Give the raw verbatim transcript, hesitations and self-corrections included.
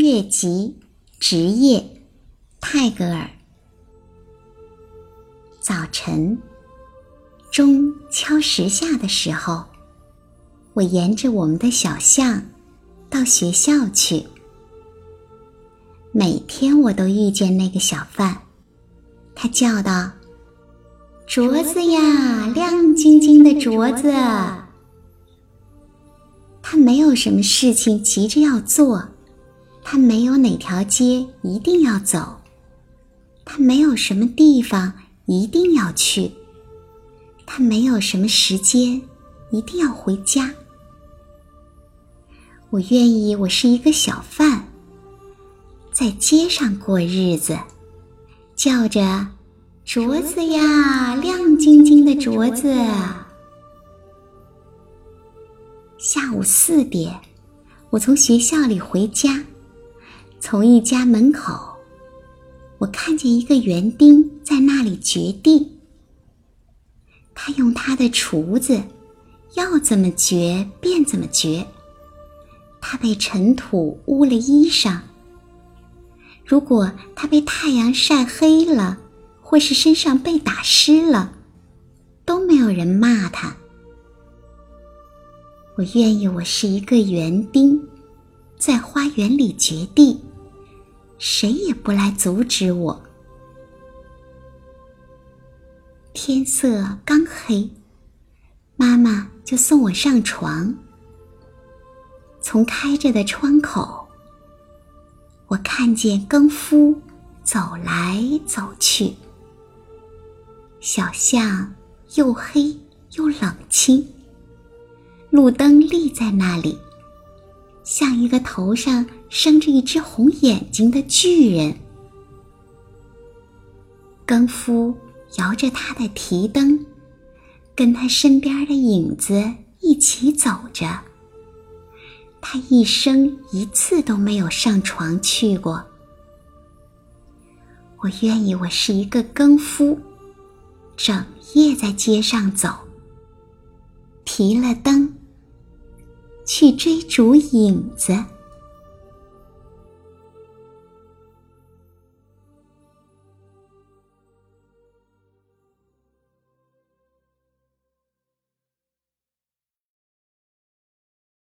乐集职业泰戈尔。早晨，钟敲十下的时候，我沿着我们的小巷到学校去。每天我都遇见那个小贩，他叫道：镯子呀，亮晶晶的镯子。他没有什么事情急着要做，他没有哪条街一定要走，他没有什么地方一定要去，他没有什么时间一定要回家。我愿意我是一个小贩，在街上过日子，叫着镯子呀，亮晶晶的镯子。下午四点，我从学校里回家，从一家门口，我看见一个园丁在那里掘地。他用他的锄子，要怎么掘便怎么掘。他被尘土污了衣裳，如果他被太阳晒黑了，或是身上被打湿了，都没有人骂他。我愿意我是一个园丁，在花园里掘地，谁也不来阻止我。天色刚黑，妈妈就送我上床。从开着的窗口，我看见更夫走来走去。小巷又黑又冷清，路灯立在那里，像一个头上生着一只红眼睛的巨人。更夫摇着他的提灯，跟他身边的影子一起走着。他一生一次都没有上床去过。我愿意我是一个更夫，整夜在街上走，提了灯，去追逐影子。